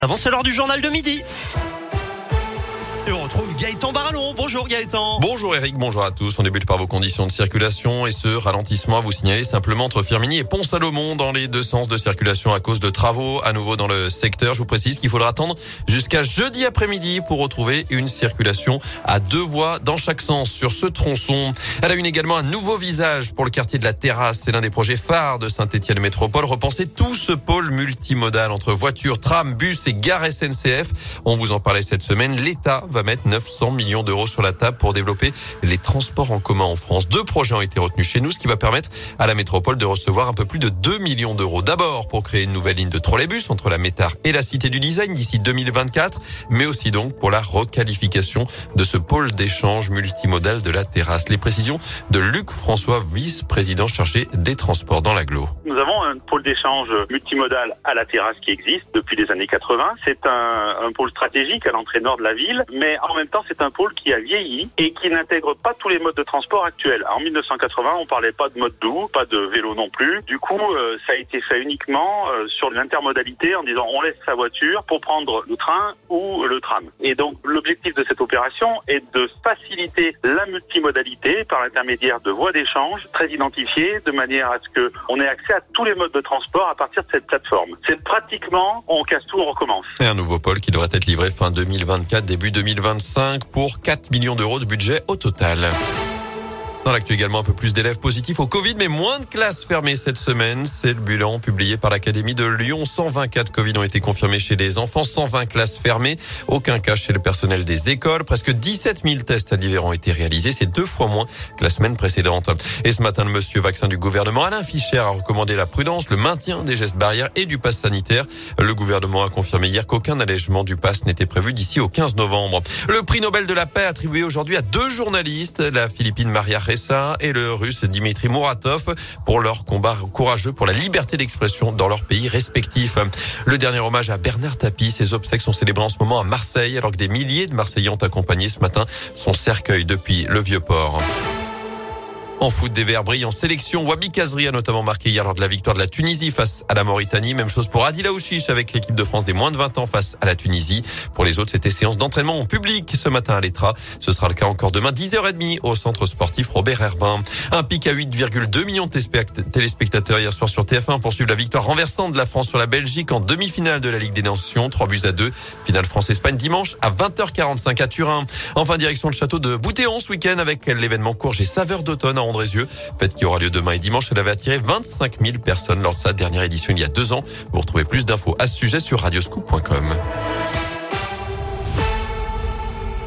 Avant, c'est l'heure du journal de midi. Et on retrouve Gaëtan Barallon. Bonjour Gaëtan. Bonjour Eric, bonjour à tous. On débute par vos conditions de circulation et ce ralentissement à vous signaler simplement entre Firminy et Pont-Salomon dans les deux sens de circulation à cause de travaux à nouveau dans le secteur. Je vous précise qu'il faudra attendre jusqu'à jeudi après-midi pour retrouver une circulation à deux voies dans chaque sens sur ce tronçon. Elle a une également un nouveau visage pour le quartier de la Terrasse. C'est l'un des projets phares de Saint-Étienne Métropole. Repenser tout ce pôle multimodal entre voitures, trams, bus et gares SNCF. On vous en parlait cette semaine. L'État va mettre 900 millions d'euros sur la table pour développer les transports en commun en France. Deux projets ont été retenus chez nous, ce qui va permettre à la métropole de recevoir un peu plus de 2 millions d'euros. D'abord pour créer une nouvelle ligne de trolleybus entre la Métard et la Cité du Design d'ici 2024, mais aussi donc pour la requalification de ce pôle d'échange multimodal de la Terrasse. Les précisions de Luc François, vice-président chargé des transports dans l'agglo. Nous avons un pôle d'échange multimodal à la Terrasse qui existe depuis les années 80. C'est un pôle stratégique à l'entrée nord de la ville, mais en même temps, c'est un pôle qui a vieilli et qui n'intègre pas tous les modes de transport actuels. En 1980, on parlait pas de mode doux, pas de vélo non plus. Du coup, ça a été fait uniquement sur l'intermodalité en disant on laisse sa voiture pour prendre le train ou le tram. Et donc, l'objectif de cette opération est de faciliter la multimodalité par l'intermédiaire de voies d'échange très identifiées de manière à ce que on ait accès à tous les modes de transport à partir de cette plateforme. C'est pratiquement, on casse tout, on recommence. Et un nouveau pôle qui devrait être livré fin 2024, début 2025 pour 4 millions d'euros de budget au total. Dans l'actu également, un peu plus d'élèves positifs au Covid, mais moins de classes fermées cette semaine. C'est le bilan publié par l'Académie de Lyon. 120 cas de Covid ont été confirmés chez les enfants, 120 classes fermées. Aucun cas chez le personnel des écoles. Presque 17 000 tests à l'hiver ont été réalisés. C'est 2 fois moins que la semaine précédente. Et ce matin, le monsieur vaccin du gouvernement, Alain Fischer, a recommandé la prudence, le maintien des gestes barrières et du pass sanitaire. Le gouvernement a confirmé hier qu'aucun allègement du pass n'était prévu d'ici au 15 novembre. Le prix Nobel de la paix attribué aujourd'hui à 2 journalistes, la Philippine Maria Ressa et le Russe Dimitri Muratov, pour leur combat courageux pour la liberté d'expression dans leurs pays respectifs. Le dernier hommage à Bernard Tapie, ses obsèques sont célébrées en ce moment à Marseille, alors que des milliers de Marseillais ont accompagné ce matin son cercueil depuis le Vieux-Port. En foot, des Verts brillent en sélection. Wabi Kazri a notamment marqué hier lors de la victoire de la Tunisie face à la Mauritanie. Même chose pour Adil Aouchiche avec l'équipe de France des moins de 20 ans face à la Tunisie. Pour les autres, c'était séance d'entraînement en public ce matin à l'Etra. Ce sera le cas encore demain, 10h30 au centre sportif Robert Herbin. Un pic à 8,2 millions de téléspectateurs hier soir sur TF1 pour suivre la victoire renversante de la France sur la Belgique en demi-finale de la Ligue des Nations. 3-2. Finale France-Espagne dimanche à 20h45 à Turin. Enfin, direction le château de Boutéon ce week-end avec l'événement Courge et Saveurs d'automne à Andrézieux. Fête qui aura lieu demain et dimanche. Elle avait attiré 25 000 personnes lors de sa dernière édition il y a 2 ans. Vous retrouvez plus d'infos à ce sujet sur radioscoop.com.